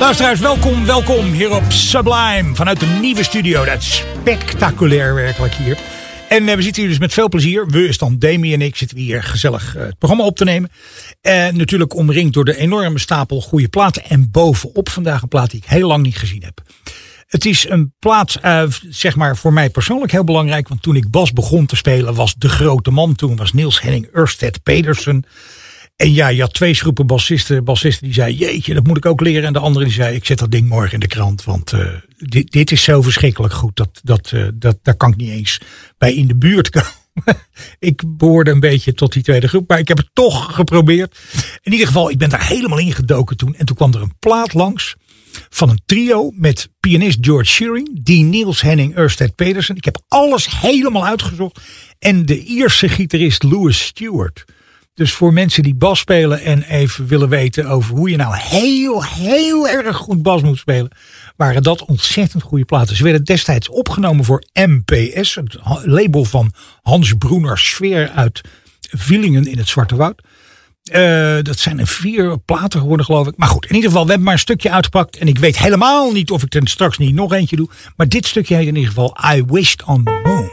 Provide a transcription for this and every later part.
Luisteraars, welkom hier op Sublime vanuit de nieuwe studio. Dat is spectaculair werkelijk hier. En we zitten hier dus met veel plezier. We is dan Demi en ik zitten hier gezellig het programma op te nemen. En natuurlijk omringd door de enorme stapel goede platen. En bovenop vandaag een plaat die ik heel lang niet gezien heb. Het is een plaat, zeg maar voor mij persoonlijk heel belangrijk. Want toen ik bas begon te spelen was de grote man. Toen was Niels Henning Ørsted Pedersen. En ja, je had twee groepen bassisten die zei, jeetje, dat moet ik ook leren. En de andere die zei, ik zet dat ding morgen in de krant. Want dit is zo verschrikkelijk goed. Daar kan ik niet eens bij in de buurt komen. Ik behoorde een beetje tot die tweede groep. Maar ik heb het toch geprobeerd. In ieder geval, ik ben daar helemaal in gedoken toen. En toen kwam er een plaat langs van een trio met pianist George Shearing. Die Niels Henning Ørsted Pedersen. Ik heb alles helemaal uitgezocht. En de Ierse gitarist Lewis Stewart. Dus voor mensen die bas spelen en even willen weten over hoe je nou heel erg goed bas moet spelen, waren dat ontzettend goede platen. Ze werden destijds opgenomen voor MPS, het label van Hans Broener Sfeer uit Villingen in het Zwarte Woud. Dat zijn er 4 platen geworden, geloof ik. Maar goed, in ieder geval, we hebben maar een stukje uitgepakt. En ik weet helemaal niet of ik er straks niet nog eentje doe. Maar dit stukje heet in ieder geval I Wished on the Moon.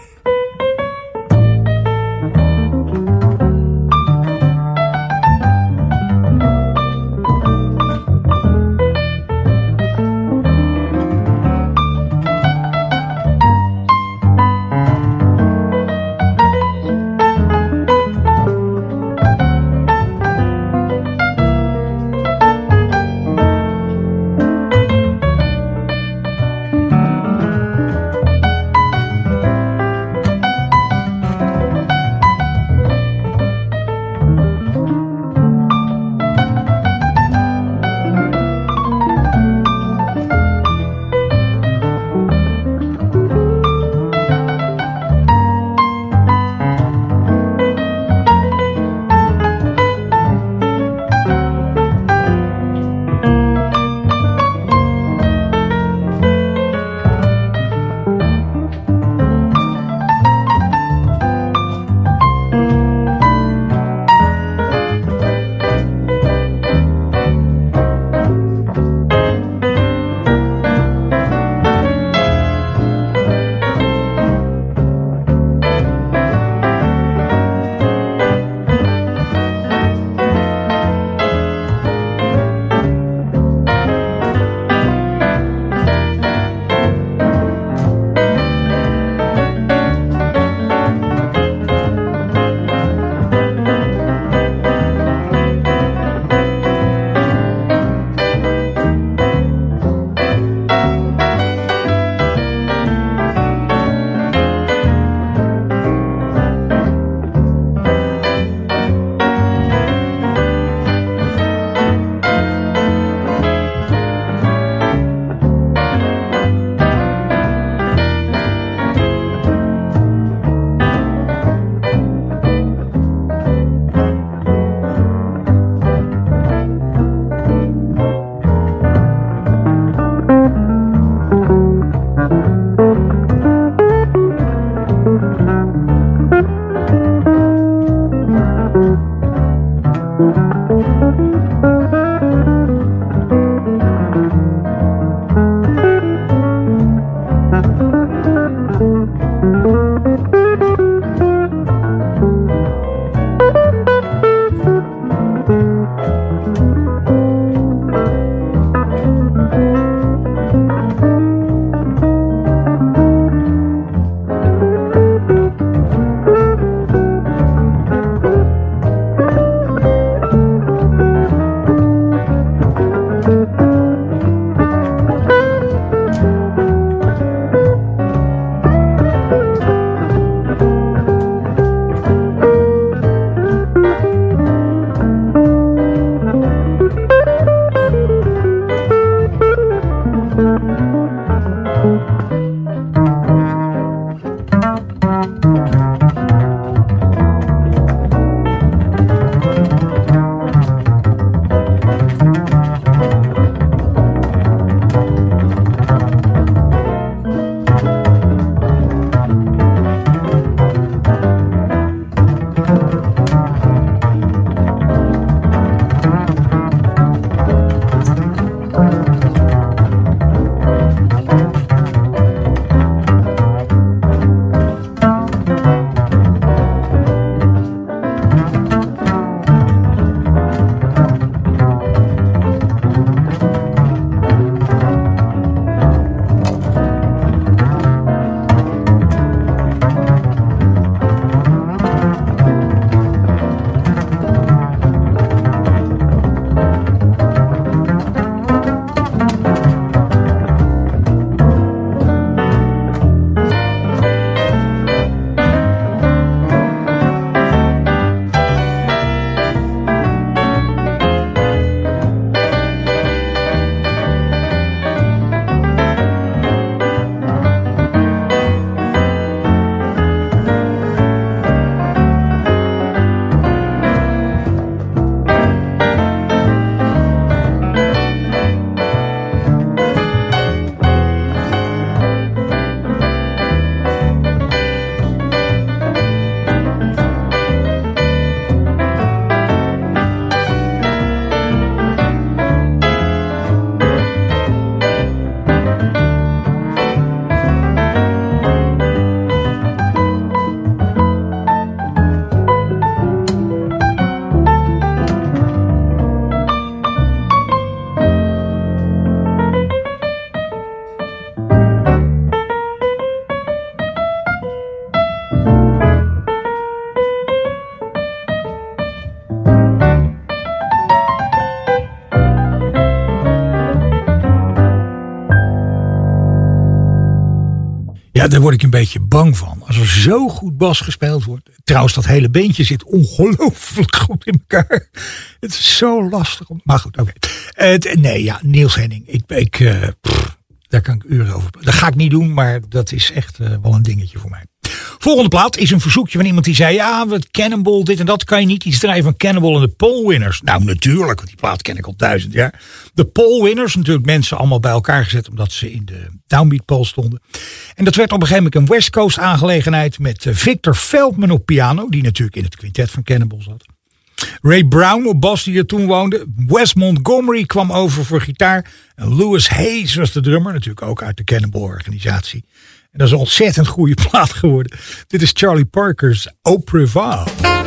Ja, daar word ik een beetje bang van. Als er zo goed bas gespeeld wordt. Trouwens, dat hele beentje zit ongelooflijk goed in elkaar. Het is zo lastig. Maar goed, oké. Niels Henning. Daar kan ik uren over. Dat ga ik niet doen, maar dat is echt wel een dingetje voor mij. Volgende plaat is een verzoekje van iemand die zei... Ja, wat Cannonball, dit en dat. Kan je niet iets draaien van Cannonball en de Pole Winners? Nou, natuurlijk, want die plaat ken ik al 1000 jaar. De Pole Winners, natuurlijk mensen allemaal bij elkaar gezet... omdat ze in de Downbeat Pole stonden. En dat werd op een gegeven moment een West Coast aangelegenheid... met Victor Feldman op piano... die natuurlijk in het quintet van Cannonball zat. Ray Brown op bas, die er toen woonde. Wes Montgomery kwam over voor gitaar. En Louis Hayes was de drummer, natuurlijk ook uit de Cannonball-organisatie. En dat is een ontzettend goede plaat geworden. Dit is Charlie Parker's Au Revoir.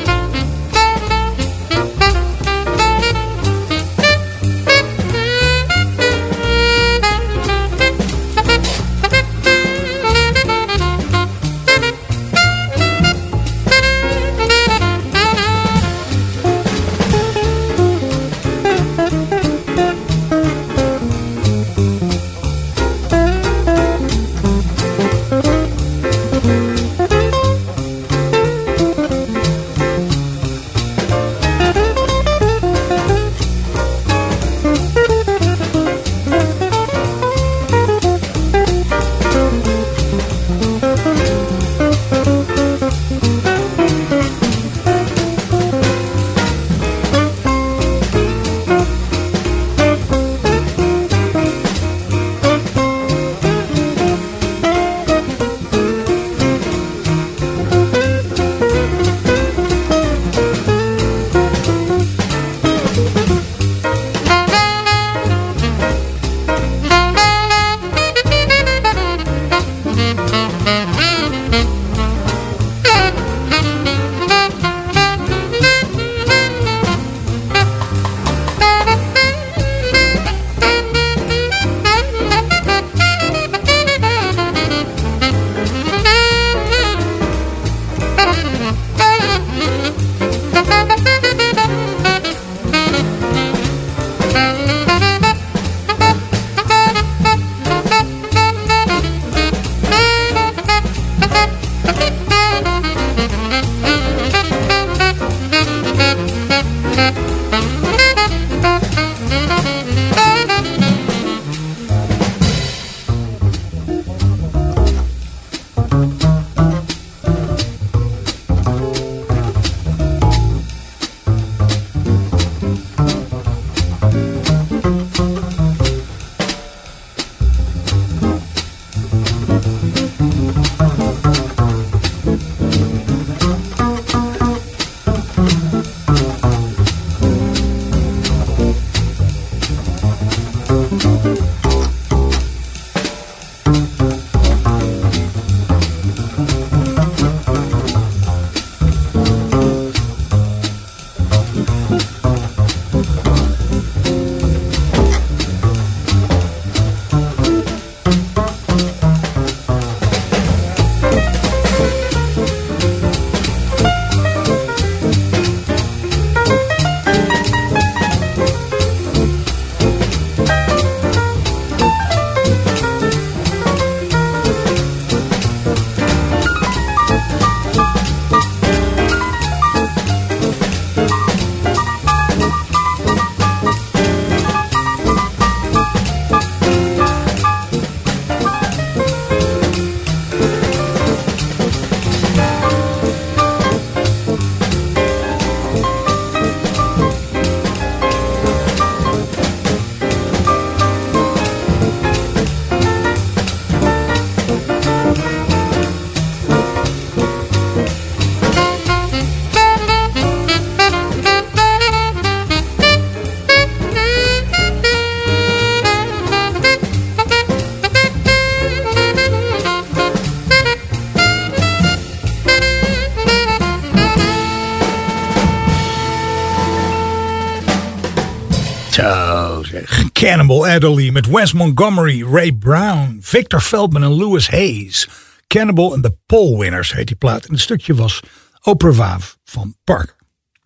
Zo zeg. Cannonball Adderley met Wes Montgomery, Ray Brown, Victor Feldman en Louis Hayes. Cannonball and the Pole Winners heet die plaat. En het stukje was Au Revoir van Parker.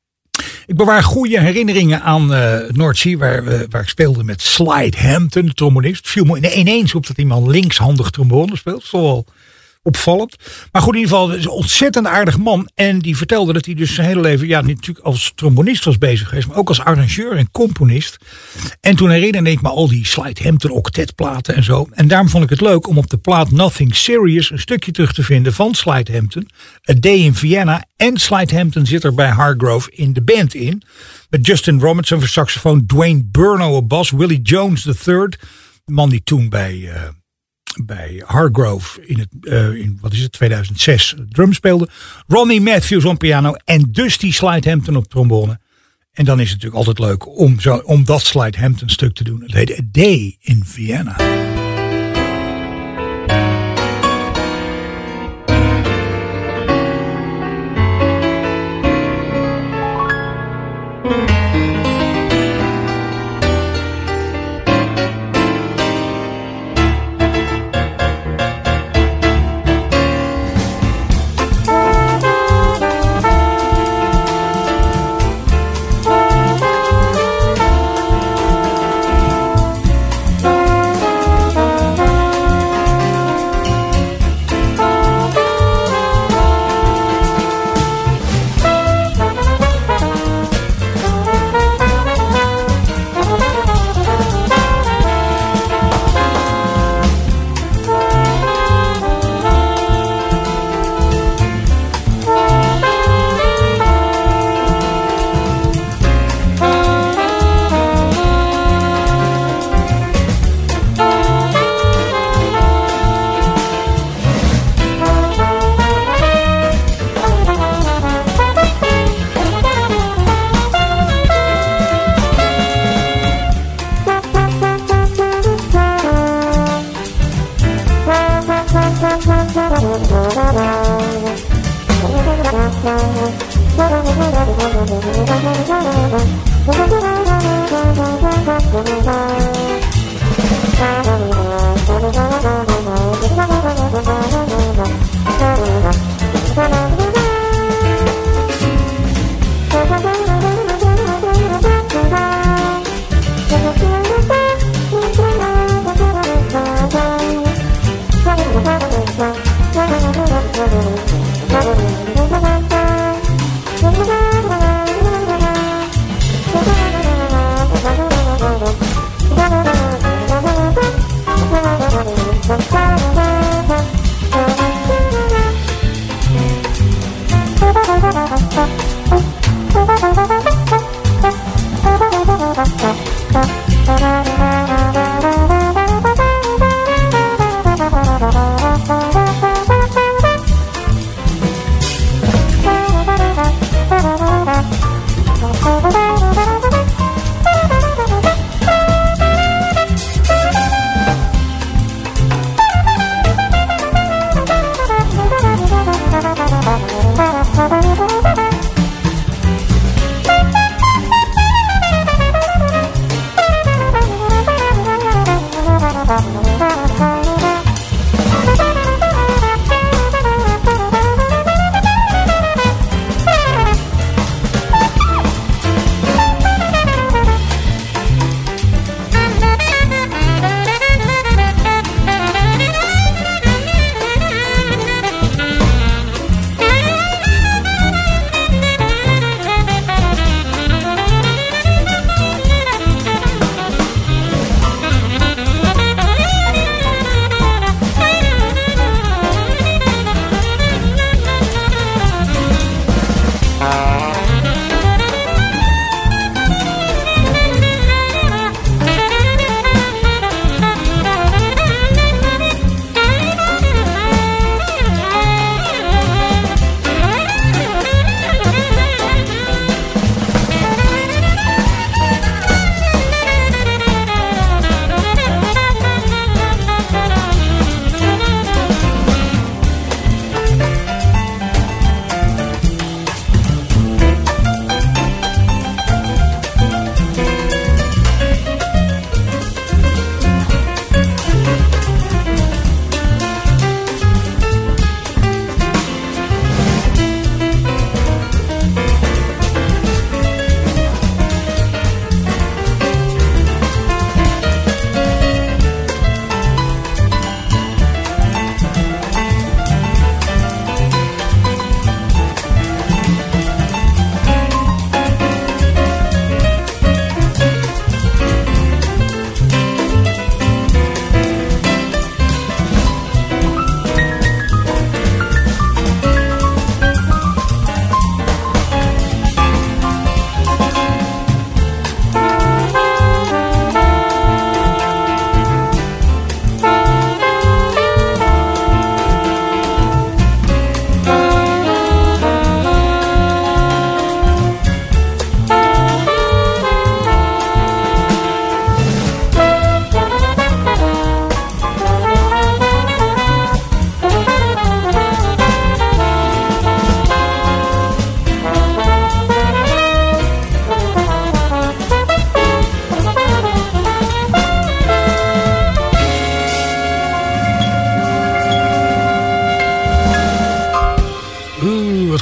Ik bewaar goede herinneringen aan Noordzee, waar ik speelde met Slide Hampton, de trombonist. Het viel me ineens op dat iemand linkshandig trombone speelt. Dat is toch wel opvallend. Maar goed, in ieder geval, een ontzettend aardig man. En die vertelde dat hij dus zijn hele leven, natuurlijk als trombonist was bezig geweest, maar ook als arrangeur en componist. En toen herinnerde ik me al die Slide Hampton octetplaten en zo. En daarom vond ik het leuk om op de plaat Nothing Serious een stukje terug te vinden van Slide Hampton. A Day in Vienna. En Slide Hampton zit er bij Hargrove in de band in. Met Justin Robinson voor saxofoon, Dwayne Burno op bas, Willie Jones III. De man die toen bij Hargrove in 2006 drum speelde. Ronnie Matthews op piano en Dusty Slide Hampton op trombone. En dan is het natuurlijk altijd leuk om dat Slide Hampton stuk te doen. Het heet A Day in Vienna.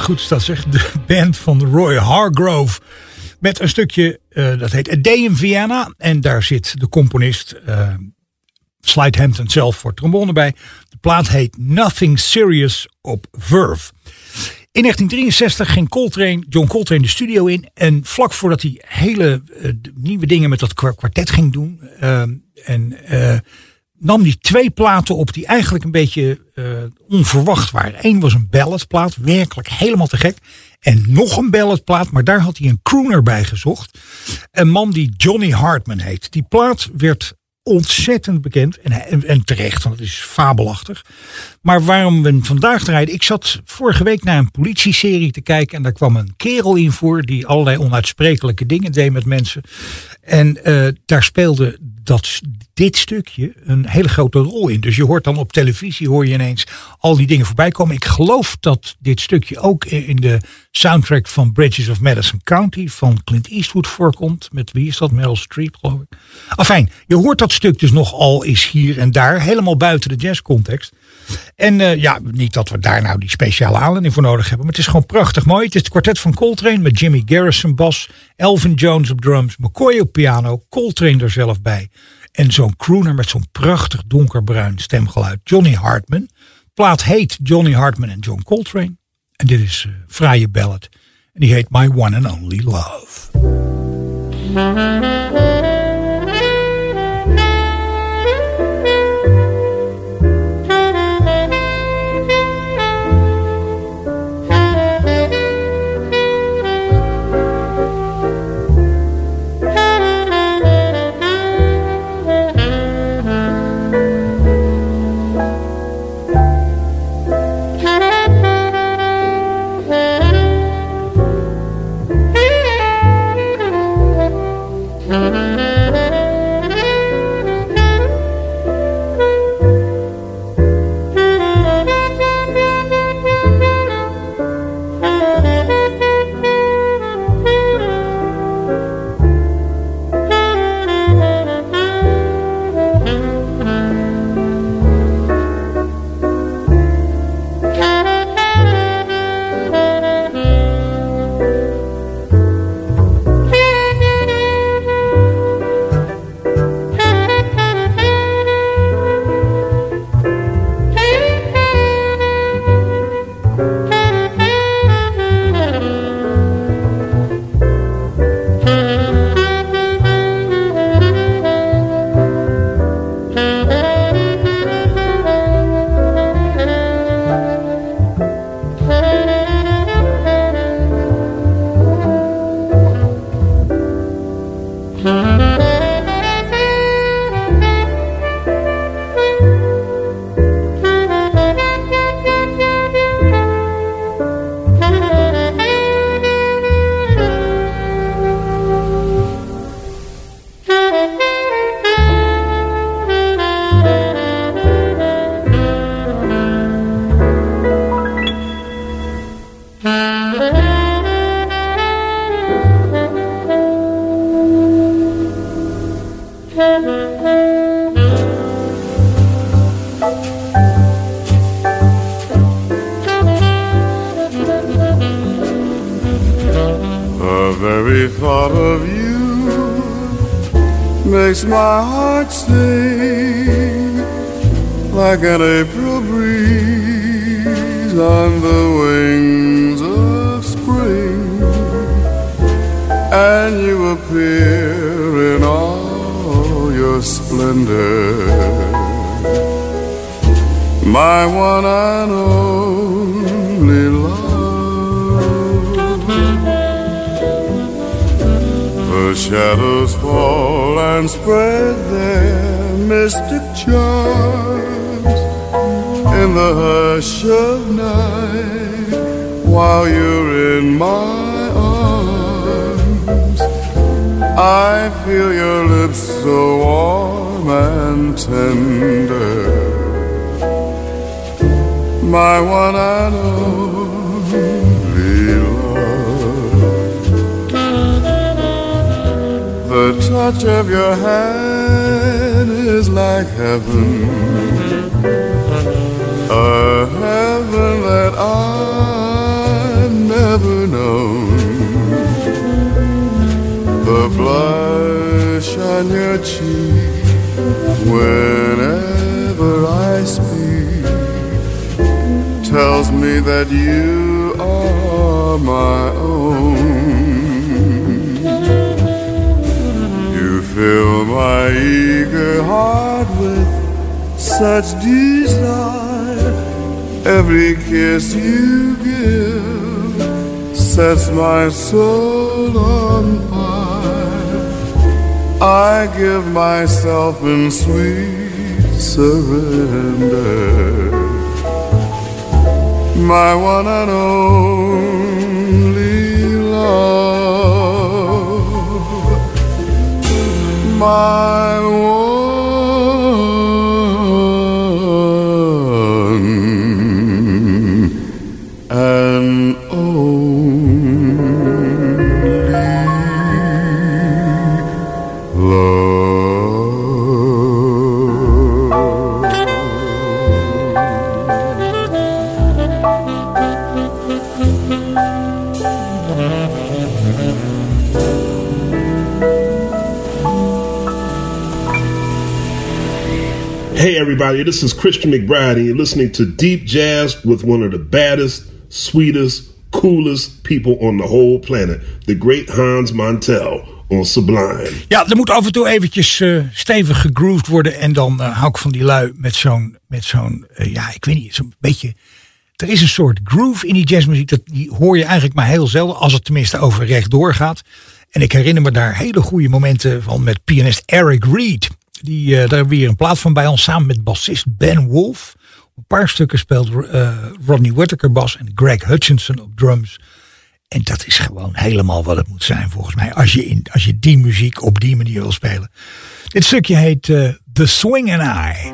goed is dat zeg. De band van Roy Hargrove. Met een stukje, dat heet A Day in Vienna. En daar zit de componist Slide Hampton zelf voor trombone bij. De plaat heet Nothing Serious op Verve. In 1963 ging John Coltrane de studio in. En vlak voordat hij hele nieuwe dingen met dat kwartet ging doen. Nam hij 2 platen op die eigenlijk een beetje onverwacht waren. Eén was een balladplaat, werkelijk helemaal te gek. En nog een balladplaat, maar daar had hij een crooner bij gezocht. Een man die Johnny Hartman heet. Die plaat werd ontzettend bekend. En terecht, want het is fabelachtig. Maar waarom we vandaag draaien... Ik zat vorige week naar een politieserie te kijken... en daar kwam een kerel in voor... die allerlei onuitsprekelijke dingen deed met mensen. En daar speelde dit stukje een hele grote rol in. Dus je hoort dan op televisie... hoor je ineens al die dingen voorbij komen. Ik geloof dat dit stukje ook in de soundtrack... van Bridges of Madison County... van Clint Eastwood voorkomt. Met wie is dat? Meryl Streep, geloof ik. Enfin, je hoort dat stuk dus nogal eens hier en daar. Helemaal buiten de jazzcontext. En niet dat we daar nou die speciale aanleiding voor nodig hebben. Maar het is gewoon prachtig mooi. Het is het kwartet van Coltrane met Jimmy Garrison bas. Elvin Jones op drums. McCoy op piano. Coltrane er zelf bij. En zo'n crooner met zo'n prachtig donkerbruin stemgeluid. Johnny Hartman. Plaat heet Johnny Hartman en John Coltrane. En dit is fraaie ballad. En die heet My One and Only Love. Makes my heart sing like an April breeze on the wings of spring, and you appear in all your splendor, my one and only love. The shadows fall and spread their mystic charms in the hush of night while you're in my arms. I feel your lips so warm and tender, my one and only love. The touch of your hand is like heaven, a heaven that I've blush on your cheek whenever I speak tells me that you are my own. You fill my eager heart with such desire. Every kiss you give sets my soul on fire. I give myself in sweet surrender. My one and only love, my one and only love. Hey everybody, this is Christian McBride and you're listening to Deep Jazz with one of the baddest, sweetest, coolest people on the whole planet. The great Hans Montell on Sublime. Ja, er moet af en toe eventjes stevig gegrooved worden. En dan hou ik van die lui met zo'n ja, ik weet niet, zo'n beetje. Er is een soort groove in die jazzmuziek. Die hoor je eigenlijk maar heel zelden, als het tenminste over rechtdoor gaat. En ik herinner me daar hele goede momenten van met pianist Eric Reed. Die daar weer een plaat van bij ons samen met bassist Ben Wolf. Op een paar stukken speelt Rodney Whittaker bas en Greg Hutchinson op drums. En dat is gewoon helemaal wat het moet zijn volgens mij. Als je die muziek op die manier wil spelen. Dit stukje heet The Swing and I.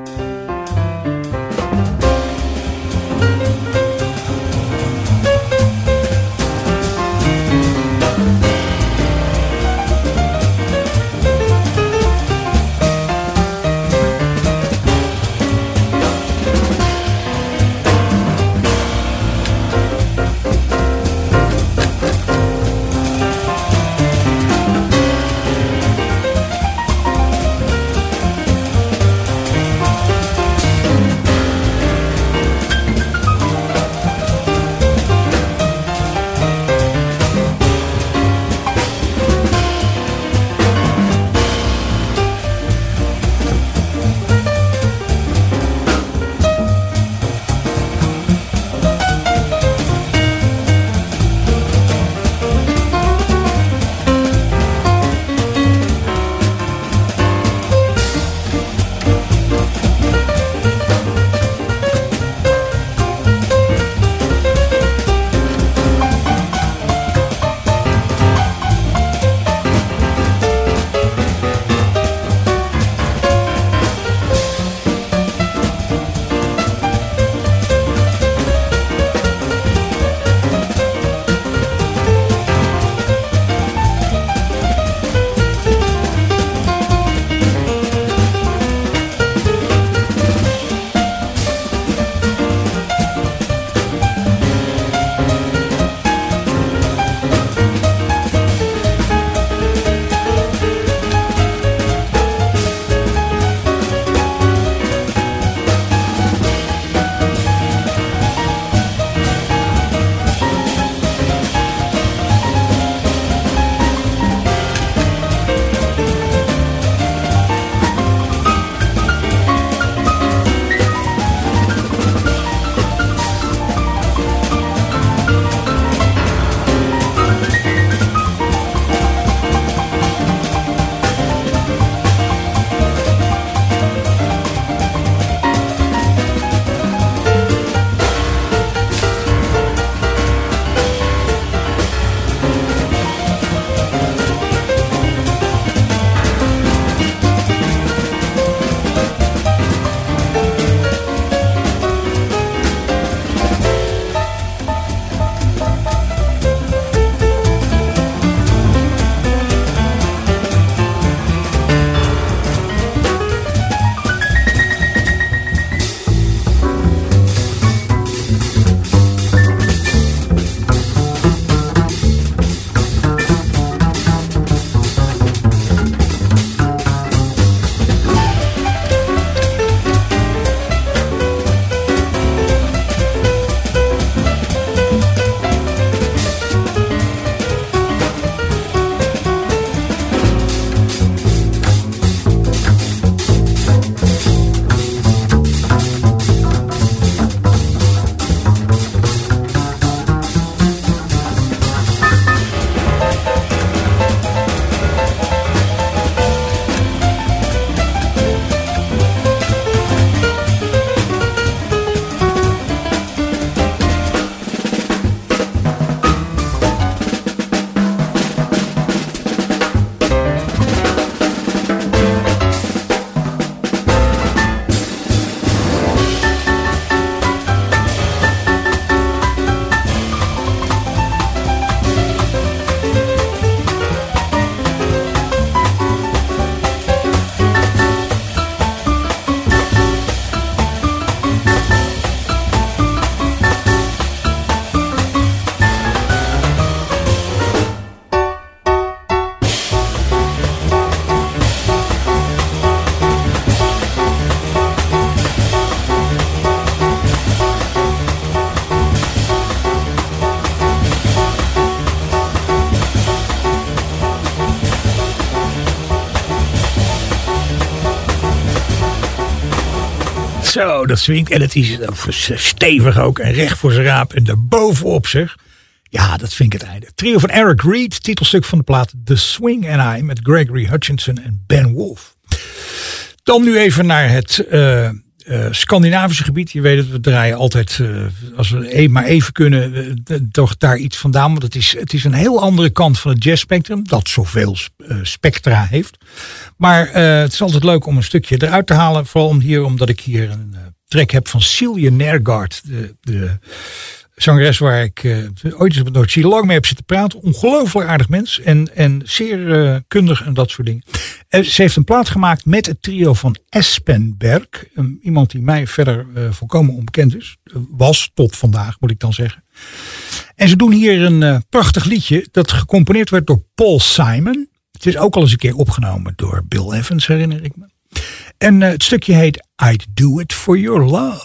Zo, dat swingt. En het is stevig ook. En recht voor zijn raap. En daarbovenop zeg. Ja, dat vind ik het einde. Trio van Eric Reed. Titelstuk van de plaat The Swing and I. Met Gregory Hutchinson en Ben Wolf. Dan nu even naar het Scandinavische gebied. Je weet het, we draaien altijd, als we maar even kunnen, toch daar iets vandaan. Want het is een heel andere kant van het jazzspectrum. Dat zoveel spectra heeft. Maar het is altijd leuk om een stukje eruit te halen. Vooral omdat ik hier een track heb van Celia Nergard. De zangeres waar ik ooit eens op het lang mee heb zitten praten. Ongelooflijk aardig mens. En zeer kundig en dat soort dingen. Ze heeft een plaat gemaakt met het trio van Espenberg. Iemand die mij verder volkomen onbekend is. Was tot vandaag, moet ik dan zeggen. En ze doen hier een prachtig liedje. Dat gecomponeerd werd door Paul Simon. Het is ook al eens een keer opgenomen door Bill Evans, herinner ik me. En het stukje heet I'd Do It For Your Love.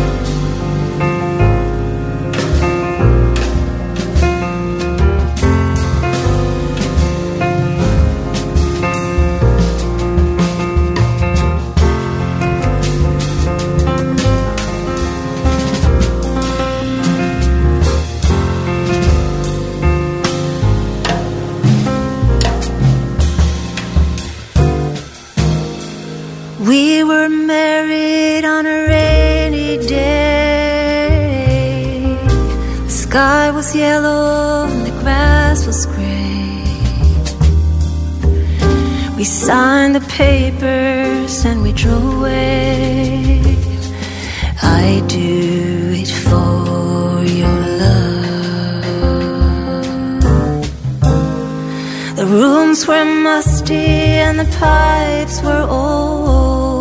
We were married on a rainy day. The sky was yellow and the grass was gray. We signed the papers and we drove away. I do it for your love. The rooms were musty and the pipes were old.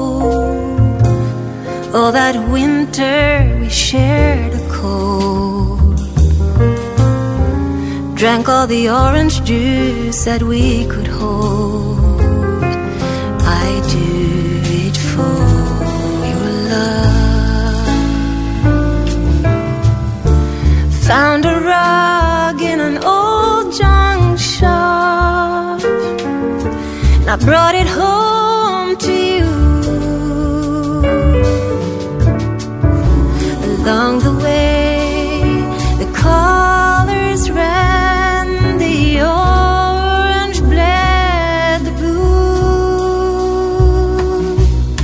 Oh, that winter we shared a cold. Drank all the orange juice that we could hold. I do it for your love. Found a rug in an old junk shop. And I brought it home to you. Along the way, the colors ran, the orange bled the blue.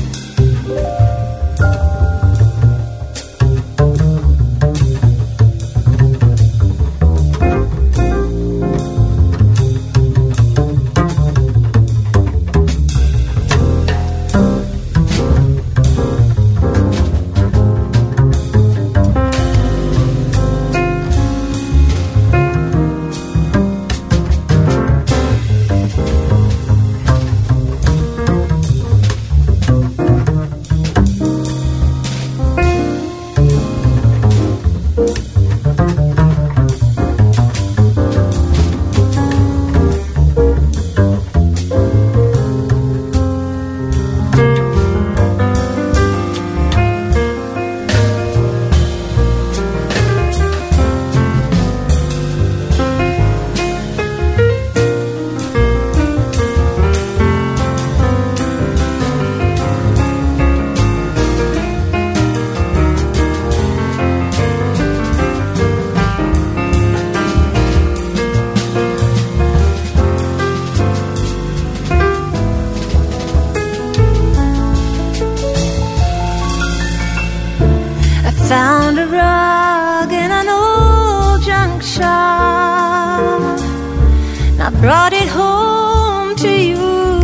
Found a rug in an old junk shop, and I brought it home to you.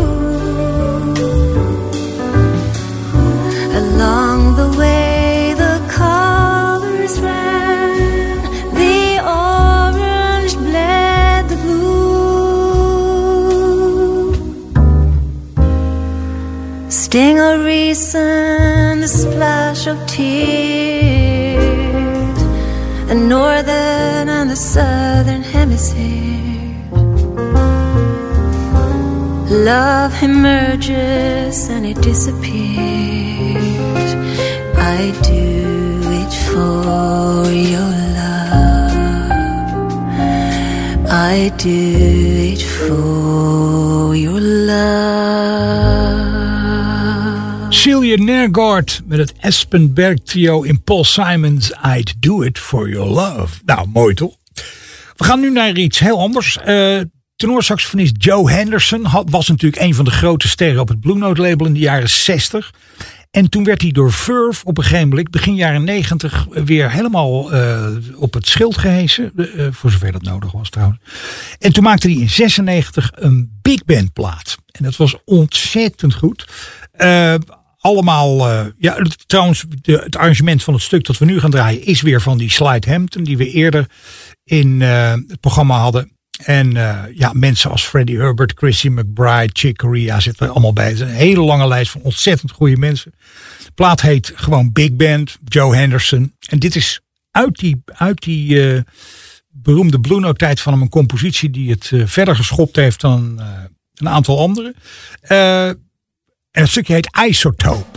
Along the way the colors ran, the orange bled the blue. Sting of reason, the splash of tears, the northern and the southern hemisphere. Love emerges and it disappears. I do it for your love. I do it for your love. Cecilia Nergard met het Espenberg trio in Paul Simon's I'd Do It For Your Love. Nou, mooi toch? We gaan nu naar iets heel anders. Tenorsaxofonist Joe Henderson was natuurlijk een van de grote sterren op het Blue Note label in de jaren 60. En toen werd hij door Verve op een gegeven moment, begin jaren 90, weer helemaal op het schild gehesen. Voor zover dat nodig was trouwens. En toen maakte hij in 96 een big band plaat. En dat was ontzettend goed. Trouwens, het arrangement van het stuk dat we nu gaan draaien is weer van die Slide Hampton, die we eerder in het programma hadden. En mensen als Freddie Herbert, Chrissy McBride, Chick Corea zitten er allemaal bij. Het is een hele lange lijst van ontzettend goede mensen. De plaat heet gewoon Big Band, Joe Henderson. En dit is uit die beroemde Blue Note tijd van hem een compositie die het verder geschopt heeft dan een aantal andere. En het stukje heet Isotope.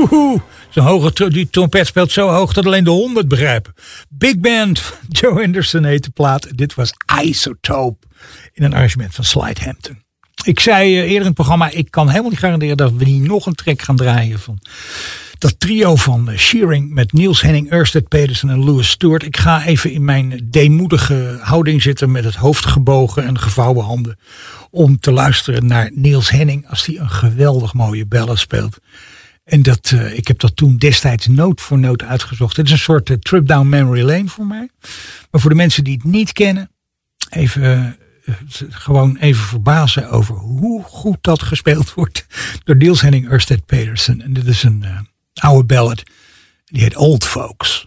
Zo'n hoge die trompet speelt zo hoog dat alleen de honden het begrijpen. Big Band, Joe Henderson heet de plaat. Dit was Isotope in een arrangement van Slide Hampton. Ik zei eerder in het programma, ik kan helemaal niet garanderen dat we niet nog een track gaan draaien van dat trio van Shearing met Niels Henning, Ørsted Pedersen en Louis Stewart. Ik ga even in mijn deemoedige houding zitten met het hoofd gebogen en gevouwen handen om te luisteren naar Niels Henning als hij een geweldig mooie ballad speelt. En ik heb dat toen destijds noot voor noot uitgezocht. Het is een soort trip down memory lane voor mij. Maar voor de mensen die het niet kennen, gewoon even verbazen over hoe goed dat gespeeld wordt door Niels Henning, Ørsted Pedersen. En dit is een oude ballad. Die heet Old Folks.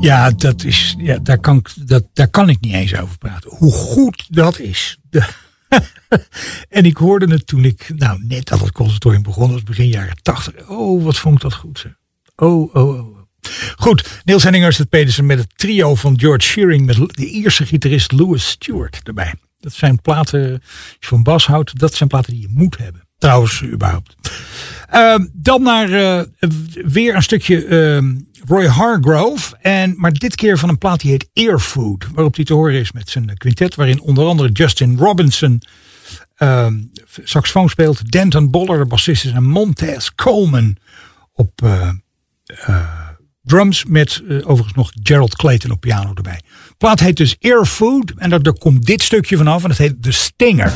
Ja, daar kan ik niet eens over praten. Hoe goed dat is. En ik hoorde het toen ik net aan het conservatorium begon. Dat was begin jaren 80. Oh, wat vond ik dat goed. Zeg. Oh. Goed, Niels Henninghurst Pedersen met het trio van George Shearing. Met de Ierse gitarist Lewis Stewart erbij. Dat zijn platen, als je van bas houdt, dat zijn platen die je moet hebben. Trouwens, überhaupt. Dan naar weer een stukje Roy Hargrove. Maar dit keer van een plaat die heet Earfood. Waarop hij te horen is met zijn quintet. Waarin onder andere Justin Robinson saxofoon speelt. Denton Boller, de bassist is. En Montez Coleman op drums. Met overigens nog Gerald Clayton op piano erbij. De plaat heet dus Earfood. En daar komt dit stukje vanaf. En dat heet The Stinger.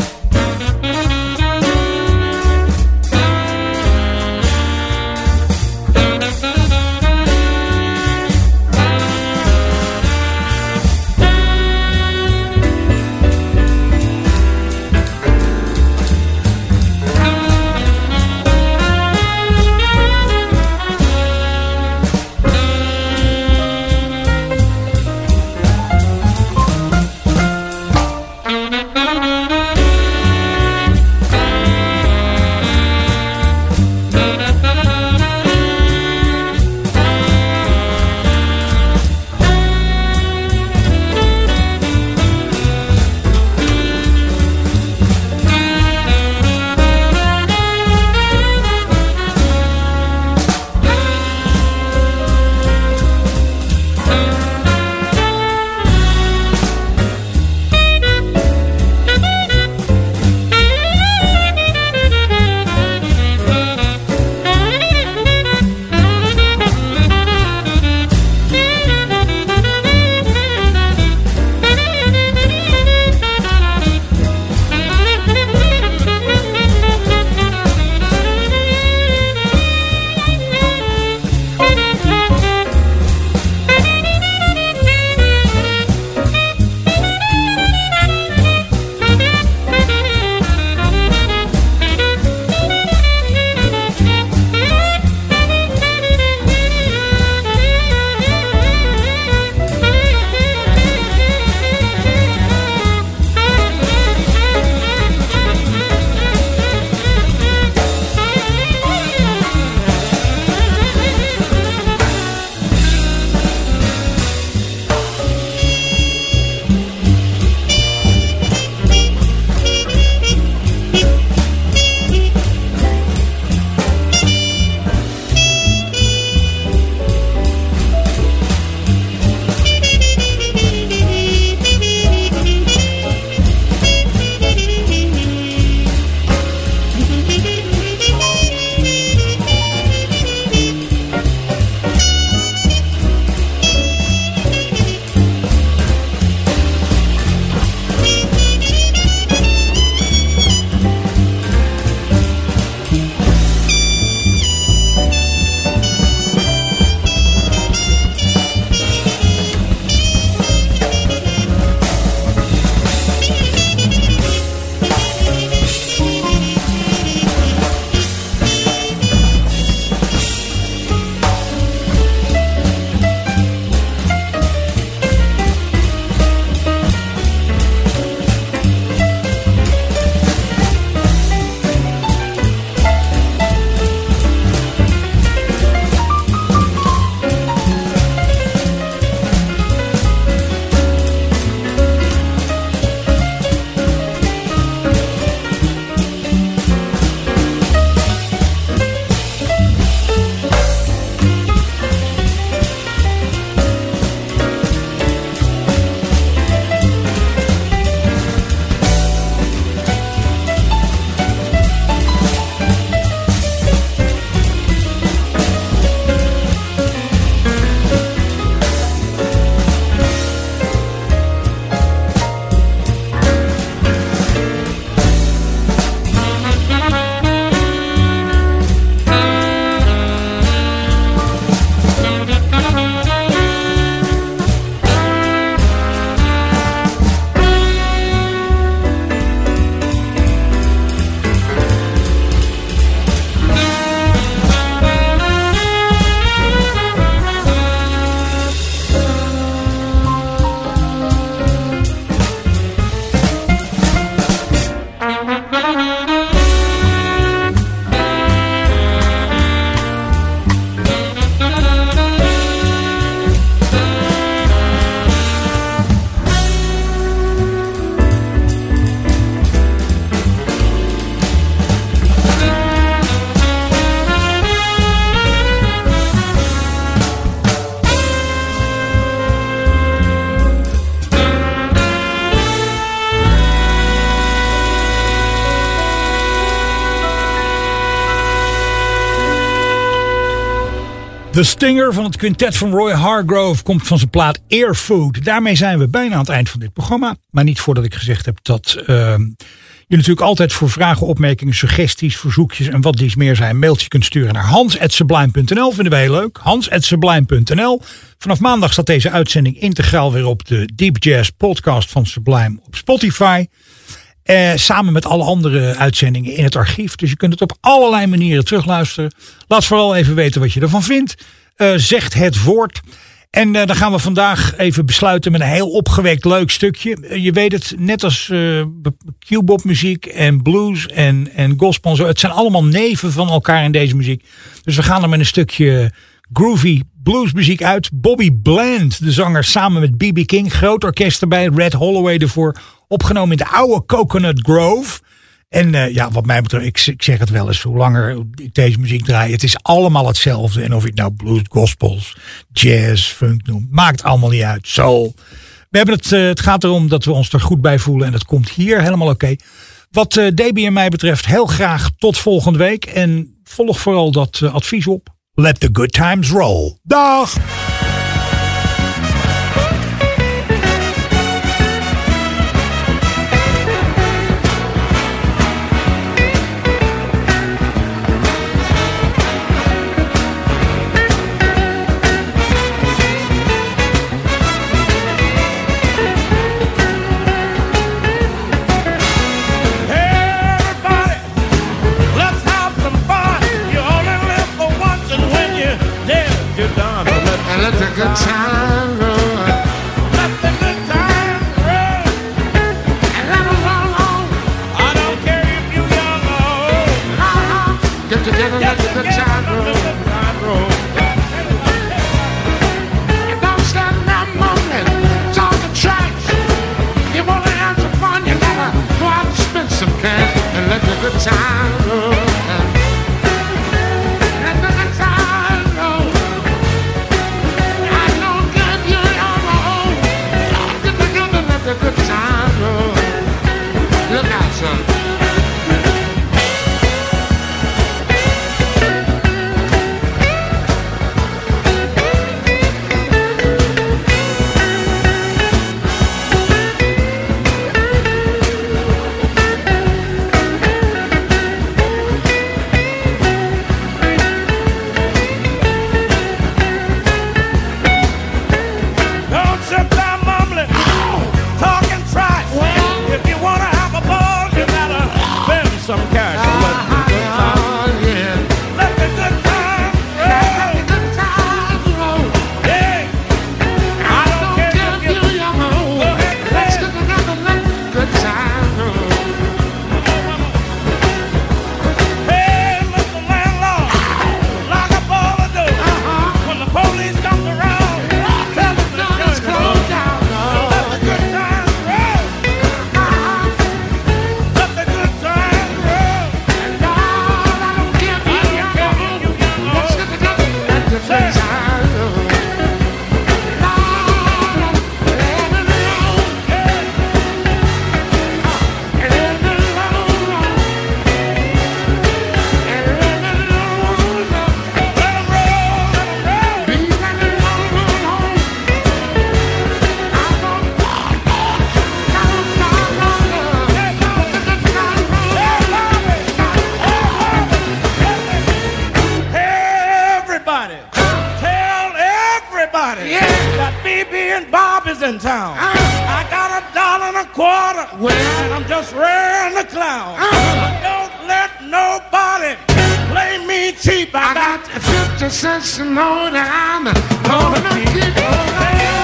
The Stinger van het quintet van Roy Hargrove komt van zijn plaat Airfood. Daarmee zijn we bijna aan het eind van dit programma. Maar niet voordat ik gezegd heb dat je natuurlijk altijd voor vragen, opmerkingen, suggesties, verzoekjes en wat dies meer zijn, een mailtje kunt sturen naar hans@sublime.nl. Vinden we heel leuk. hans@sublime.nl. Vanaf maandag staat deze uitzending integraal weer op de Deep Jazz podcast van Sublime op Spotify. Samen met alle andere uitzendingen in het archief. Dus je kunt het op allerlei manieren terugluisteren. Laat vooral even weten wat je ervan vindt. Zegt het woord. En dan gaan we vandaag even besluiten met een heel opgewekt leuk stukje. Je weet het, net als Q-bop muziek en blues en gospel en zo. Het zijn allemaal neven van elkaar in deze muziek. Dus we gaan er met een stukje groovy bluesmuziek uit. Bobby Bland, de zanger, samen met B.B. King. Groot orkest erbij, Red Holloway ervoor. Opgenomen in de oude Coconut Grove. En wat mij betreft, ik zeg het wel eens, hoe langer ik deze muziek draai, het is allemaal hetzelfde. En of je het nou blues, gospels, jazz, funk noemt, maakt allemaal niet uit. Soul. We hebben het gaat erom dat we ons er goed bij voelen en dat komt hier helemaal oké. Wat Debbie en mij betreft, heel graag tot volgende week. En volg vooral dat advies op. Let the good times roll. Dag! Good time roll. Let the good time roll. And let it roll on. I don't care if you young or old. Get together, let the good time roll. You don't stand there mumbling, talking trash. You want to have some fun, you gotta go out and spend some cash and let the good time roll. Good time, look out, son. In town. I got $1.25, and I'm just rearing the clown. Don't let nobody play me cheap. I got 50 cents to know that I'm gonna keep on.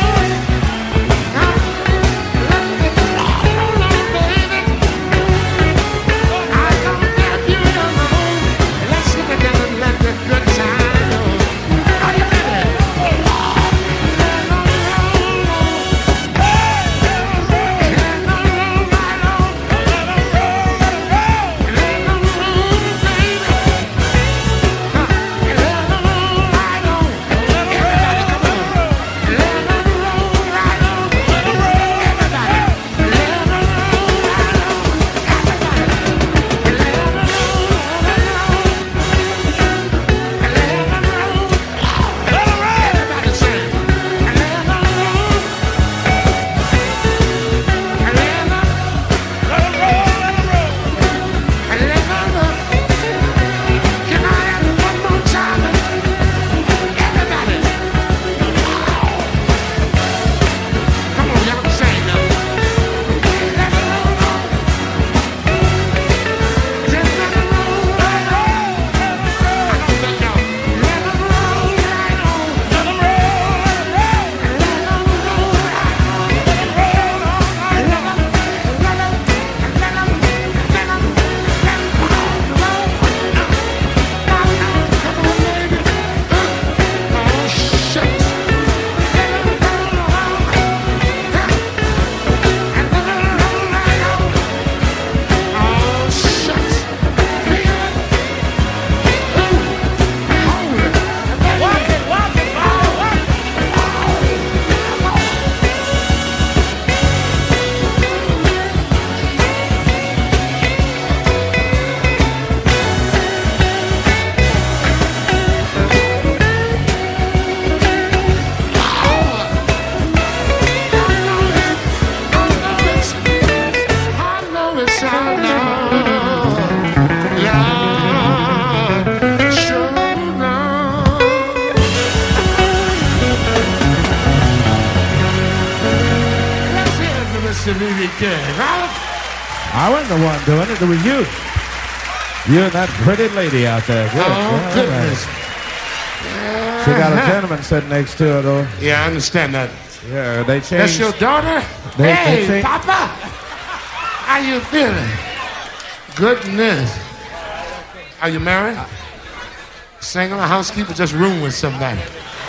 Mr. B.B. King, huh? I wasn't the one doing it. It was you. You and that pretty lady out there. Good. Oh, goodness. She got a gentleman sitting next to her, though. Yeah, I understand that. Yeah, they changed. That's your daughter? They Hey, changed. Papa! How you feeling? Goodness. Are you married? Single, a housekeeper, just room with somebody?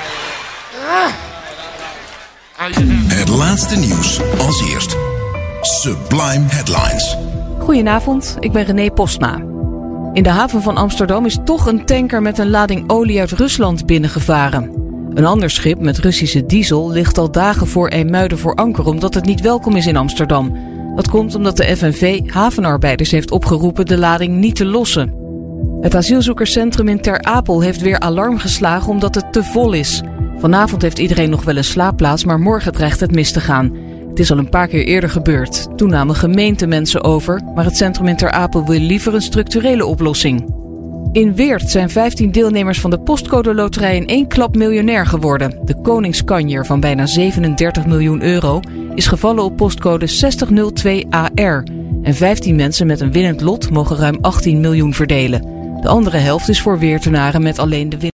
Het laatste nieuws als eerst. Sublime Headlines. Goedenavond, ik ben René Postma. In de haven van Amsterdam is toch een tanker met een lading olie uit Rusland binnengevaren. Een ander schip met Russische diesel ligt al dagen voor IJmuiden voor anker omdat het niet welkom is in Amsterdam. Dat komt omdat de FNV havenarbeiders heeft opgeroepen de lading niet te lossen. Het asielzoekerscentrum in Ter Apel heeft weer alarm geslagen omdat het te vol is. Vanavond heeft iedereen nog wel een slaapplaats, maar morgen dreigt het mis te gaan. Het is al een paar keer eerder gebeurd. Toen namen gemeentemensen over, maar het centrum in Ter Apel wil liever een structurele oplossing. In Weert zijn 15 deelnemers van de Postcode Loterij in één klap miljonair geworden. De koningskanjer van bijna 37 miljoen euro is gevallen op postcode 6002AR. En 15 mensen met een winnend lot mogen ruim 18 miljoen verdelen. De andere helft is voor Weertenaren met alleen de